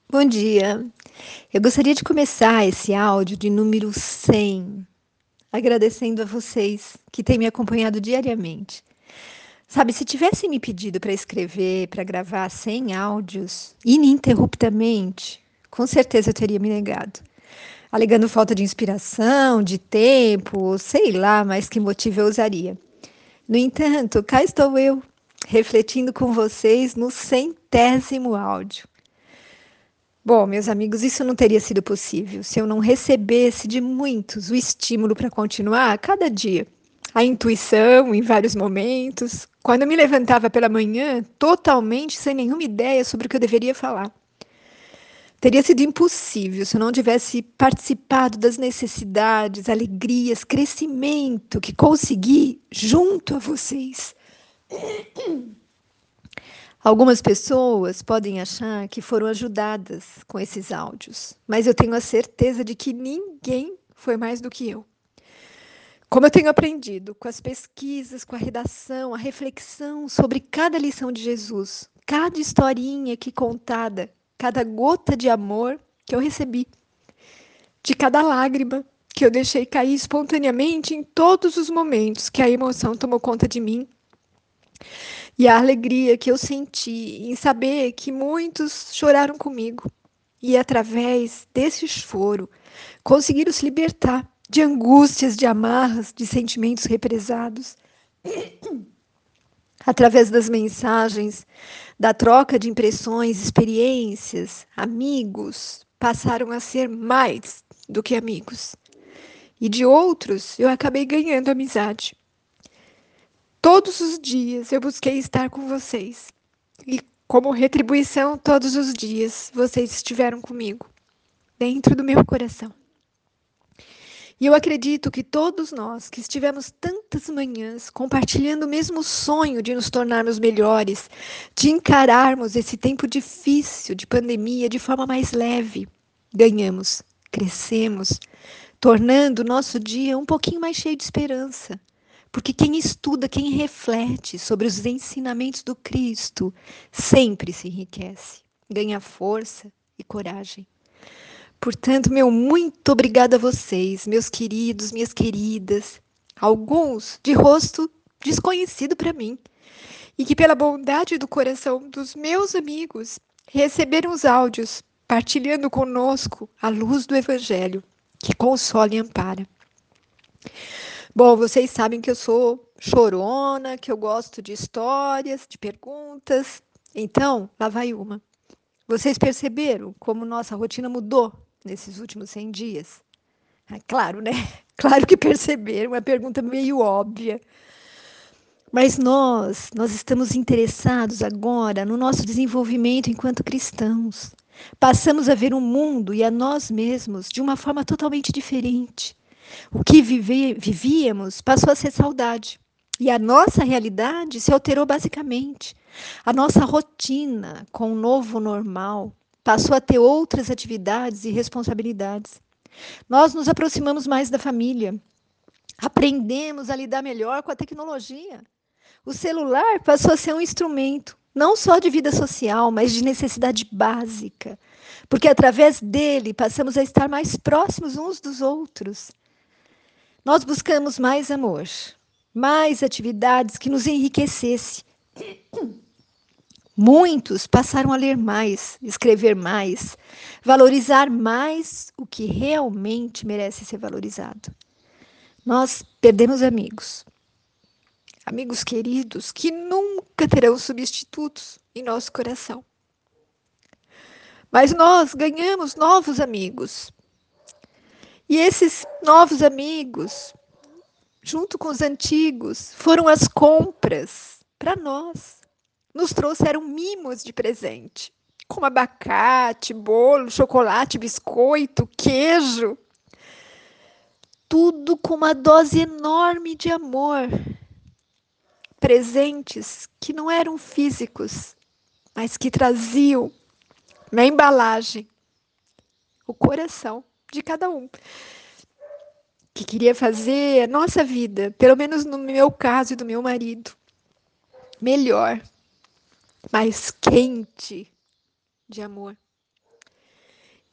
Bom dia. Eu gostaria de começar esse áudio de número 100, agradecendo a vocês que têm me acompanhado diariamente. Sabe, se tivessem me pedido para escrever, para gravar 100 áudios ininterruptamente, com certeza eu teria me negado, alegando falta de inspiração, de tempo, ou sei lá mais que motivo eu usaria. No entanto, cá estou eu, refletindo com vocês no centésimo áudio. Bom, meus amigos, isso não teria sido possível se eu não recebesse de muitos o estímulo para continuar a cada dia. A intuição em vários momentos, quando eu me levantava pela manhã, totalmente sem nenhuma ideia sobre o que eu deveria falar. Teria sido impossível se eu não tivesse participado das necessidades, alegrias, crescimento que consegui junto a vocês. Algumas pessoas podem achar que foram ajudadas com esses áudios, mas eu tenho a certeza de que ninguém foi mais do que eu. Como eu tenho aprendido com as pesquisas, com a redação, a reflexão sobre cada lição de Jesus, cada historinha aqui contada, cada gota de amor que eu recebi, de cada lágrima que eu deixei cair espontaneamente em todos os momentos que a emoção tomou conta de mim, e a alegria que eu senti em saber que muitos choraram comigo e, através desse choro, conseguiram se libertar de angústias, de amarras, de sentimentos represados. Através das mensagens, da troca de impressões, experiências, amigos passaram a ser mais do que amigos. E de outros, eu acabei ganhando amizade. Todos os dias eu busquei estar com vocês. E como retribuição, todos os dias vocês estiveram comigo, dentro do meu coração. E eu acredito que todos nós que estivemos tantas manhãs compartilhando o mesmo sonho de nos tornarmos melhores, de encararmos esse tempo difícil de pandemia de forma mais leve, ganhamos, crescemos, tornando o nosso dia um pouquinho mais cheio de esperança. Porque quem estuda, quem reflete sobre os ensinamentos do Cristo, sempre se enriquece, ganha força e coragem. Portanto, meu muito obrigada a vocês, meus queridos, minhas queridas, alguns de rosto desconhecido para mim, e que pela bondade do coração dos meus amigos receberam os áudios, partilhando conosco a luz do Evangelho, que consola e ampara. Bom, vocês sabem que eu sou chorona, que eu gosto de histórias, de perguntas. Então, lá vai uma. Vocês perceberam como nossa rotina mudou nesses últimos 100 dias? Ah, claro, né? Claro que perceberam, é uma pergunta meio óbvia. Mas nós estamos interessados agora no nosso desenvolvimento enquanto cristãos. Passamos a ver o mundo e a nós mesmos de uma forma totalmente diferente. O que vivíamos passou a ser saudade. E a nossa realidade se alterou basicamente. A nossa rotina com o novo normal passou a ter outras atividades e responsabilidades. Nós nos aproximamos mais da família, aprendemos a lidar melhor com a tecnologia. O celular passou a ser um instrumento não só de vida social, mas de necessidade básica, porque através dele passamos a estar mais próximos uns dos outros. Nós buscamos mais amor, mais atividades que nos enriquecessem. Muitos passaram a ler mais, escrever mais, valorizar mais o que realmente merece ser valorizado. Nós perdemos amigos, amigos queridos que nunca terão substitutos em nosso coração. Mas nós ganhamos novos amigos. E esses novos amigos, junto com os antigos, foram as compras para nós. Nos trouxeram mimos de presente, como abacate, bolo, chocolate, biscoito, queijo. Tudo com uma dose enorme de amor. Presentes que não eram físicos, mas que traziam na embalagem o coração de cada um, que queria fazer a nossa vida, pelo menos no meu caso e do meu marido, melhor, mais quente de amor.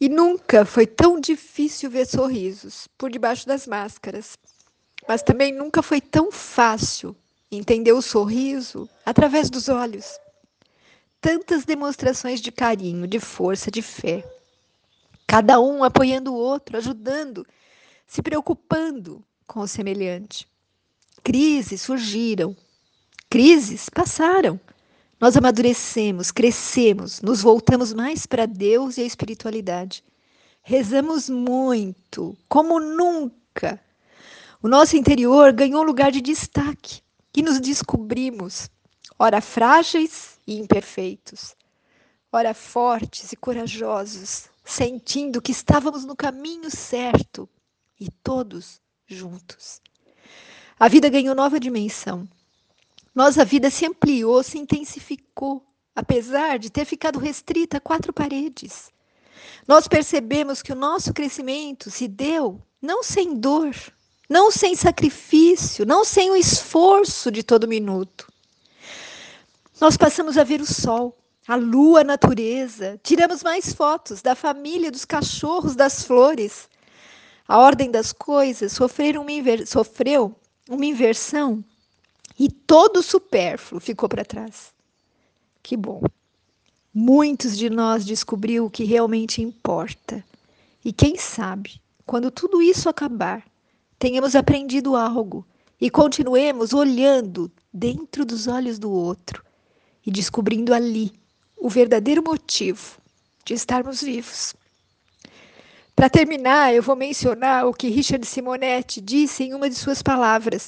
E nunca foi tão difícil ver sorrisos por debaixo das máscaras. Mas também nunca foi tão fácil entender o sorriso através dos olhos. Tantas demonstrações de carinho, de força, de fé. Cada um apoiando o outro, ajudando, se preocupando com o semelhante. Crises surgiram, crises passaram. Nós amadurecemos, crescemos, nos voltamos mais para Deus e a espiritualidade. Rezamos muito, como nunca. O nosso interior ganhou um lugar de destaque e nos descobrimos, ora frágeis e imperfeitos, ora fortes e corajosos, sentindo que estávamos no caminho certo e todos juntos. A vida ganhou nova dimensão. Nossa vida se ampliou, se intensificou, apesar de ter ficado restrita a 4 paredes. Nós percebemos que o nosso crescimento se deu não sem dor, não sem sacrifício, não sem o esforço de todo minuto. Nós passamos a ver o sol, a lua, a natureza, tiramos mais fotos da família, dos cachorros, das flores. A ordem das coisas sofreu uma inversão e todo o supérfluo ficou para trás. Que bom. Muitos de nós descobriu o que realmente importa. E quem sabe, quando tudo isso acabar, tenhamos aprendido algo e continuemos olhando dentro dos olhos do outro e descobrindo ali o verdadeiro motivo de estarmos vivos. Para terminar, eu vou mencionar o que Richard Simonetti disse em uma de suas palavras,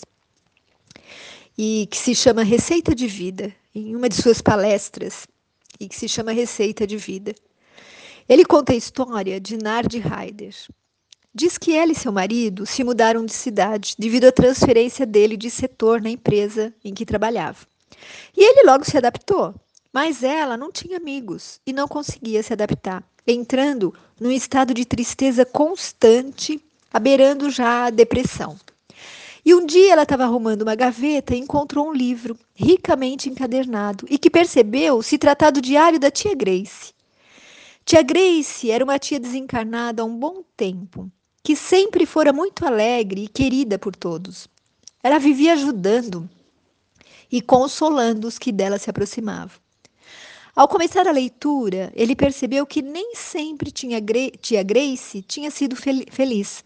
e que se chama Receita de Vida, em uma de suas palestras, e que se chama Receita de Vida. Ele conta a história de Nardi Heider. Diz que ela e seu marido se mudaram de cidade devido à transferência dele de setor na empresa em que trabalhava. E ele logo se adaptou, mas ela não tinha amigos e não conseguia se adaptar, entrando num estado de tristeza constante, abeirando já a depressão. E um dia ela estava arrumando uma gaveta e encontrou um livro ricamente encadernado e que percebeu se tratar do diário da tia Grace. Tia Grace era uma tia desencarnada há um bom tempo, que sempre fora muito alegre e querida por todos. Ela vivia ajudando e consolando os que dela se aproximavam. Ao começar a leitura, ele percebeu que nem sempre tia Grace tinha sido feliz.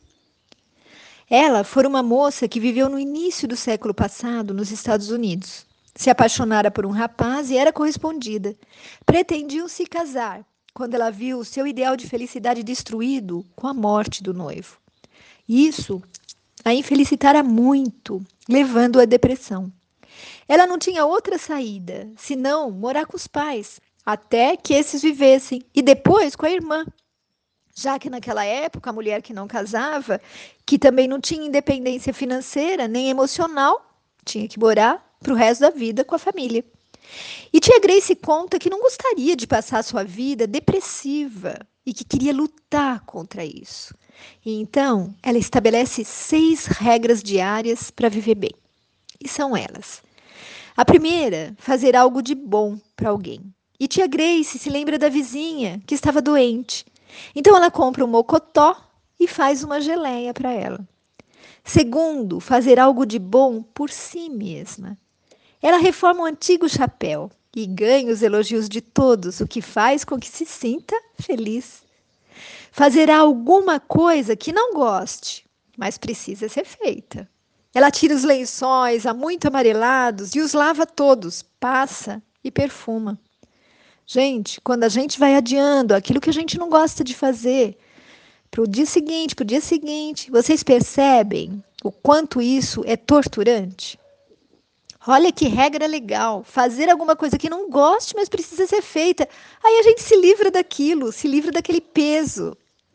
Ela foi uma moça que viveu no início do século passado nos Estados Unidos. Se apaixonara por um rapaz e era correspondida. Pretendiam se casar quando ela viu o seu ideal de felicidade destruído com a morte do noivo. Isso a infelicitara muito, levando-a à depressão. Ela não tinha outra saída, senão morar com os pais, até que esses vivessem, e depois com a irmã. Já que naquela época a mulher que não casava, que também não tinha independência financeira nem emocional, tinha que morar para o resto da vida com a família. E tia Grace conta que não gostaria de passar sua vida depressiva e que queria lutar contra isso. E então, ela estabelece 6 regras diárias para viver bem. E são elas. A primeira, fazer algo de bom para alguém. E tia Grace se lembra da vizinha que estava doente. Então, ela compra um mocotó e faz uma geleia para ela. Segundo, fazer algo de bom por si mesma. Ela reforma um antigo chapéu e ganha os elogios de todos, o que faz com que se sinta feliz. Fazer alguma coisa que não goste, mas precisa ser feita. Ela tira os lençóis há muito amarelados e os lava todos, passa e perfuma. Gente, quando a gente vai adiando aquilo que a gente não gosta de fazer para o dia seguinte, vocês percebem o quanto isso é torturante? Olha que regra legal, fazer alguma coisa que não goste, mas precisa ser feita. Aí a gente se livra daquilo, se livra daquele peso.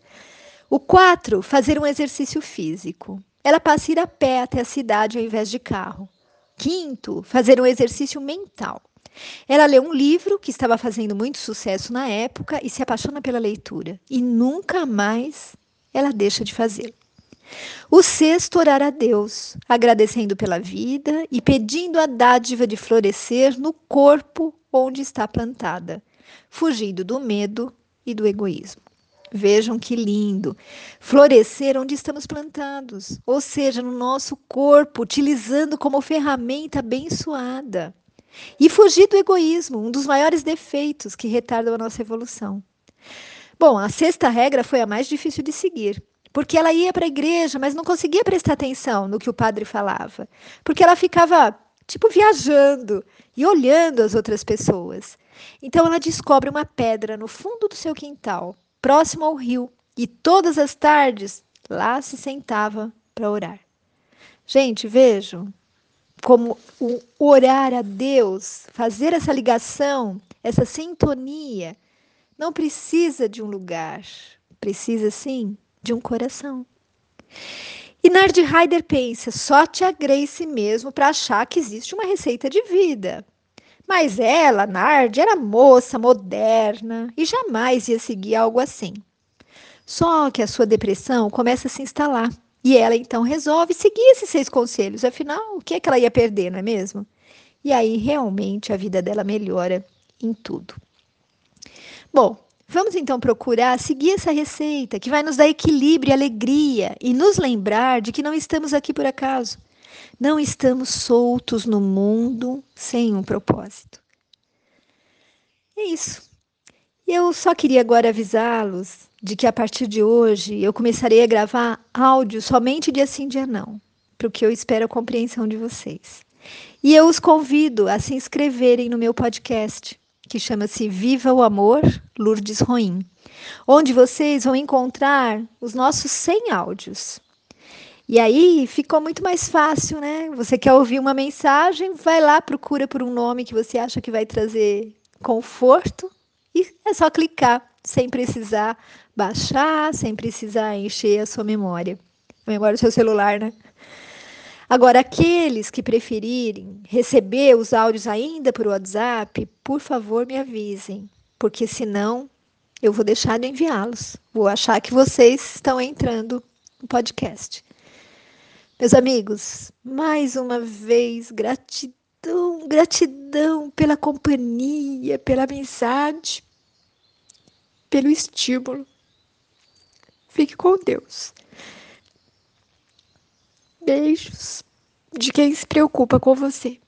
O 4, fazer um exercício físico. Ela passa a ir a pé até a cidade ao invés de carro. 5, fazer um exercício mental. Ela lê um livro que estava fazendo muito sucesso na época e se apaixona pela leitura. E nunca mais ela deixa de fazê-lo. O 6, orar a Deus, agradecendo pela vida e pedindo a dádiva de florescer no corpo onde está plantada, fugindo do medo e do egoísmo. Vejam que lindo. Florescer onde estamos plantados, ou seja, no nosso corpo, utilizando como ferramenta abençoada. E fugir do egoísmo, um dos maiores defeitos que retardam a nossa evolução. Bom, a sexta regra foi a mais difícil de seguir, porque ela ia para a igreja, mas não conseguia prestar atenção no que o padre falava, porque ela ficava, tipo, viajando e olhando as outras pessoas. Então ela descobre uma pedra no fundo do seu quintal, próximo ao rio, e todas as tardes lá se sentava para orar. Gente, vejam como o orar a Deus, fazer essa ligação, essa sintonia, não precisa de um lugar, precisa sim de um coração. E Nard Heider pensa, só Tia Grace mesmo para achar que existe uma receita de vida. Mas ela, Nard, era moça, moderna e jamais ia seguir algo assim. Só que a sua depressão começa a se instalar. E ela então resolve seguir esses 6 conselhos. Afinal, o que é que ela ia perder, não é mesmo? E aí realmente a vida dela melhora em tudo. Bom, vamos então procurar seguir essa receita que vai nos dar equilíbrio e alegria e nos lembrar de que não estamos aqui por acaso. Não estamos soltos no mundo sem um propósito. É isso. Eu só queria agora avisá-los de que a partir de hoje eu começarei a gravar áudio somente dia sim, dia não, porque eu espero a compreensão de vocês. E eu os convido a se inscreverem no meu podcast, que chama-se Viva o Amor, Lourdes Roim, onde vocês vão encontrar os nossos 100 áudios. E aí ficou muito mais fácil, né? Você quer ouvir uma mensagem, vai lá, procura por um nome que você acha que vai trazer conforto e é só clicar, sem precisar baixar, sem precisar encher a sua memória. A memória do seu celular, né? Agora, aqueles que preferirem receber os áudios ainda por WhatsApp, por favor, me avisem, porque senão eu vou deixar de enviá-los. Vou achar que vocês estão entrando no podcast. Meus amigos, mais uma vez, gratidão, gratidão pela companhia, pela mensagem, pelo estímulo. Fique com Deus. Beijos de quem se preocupa com você.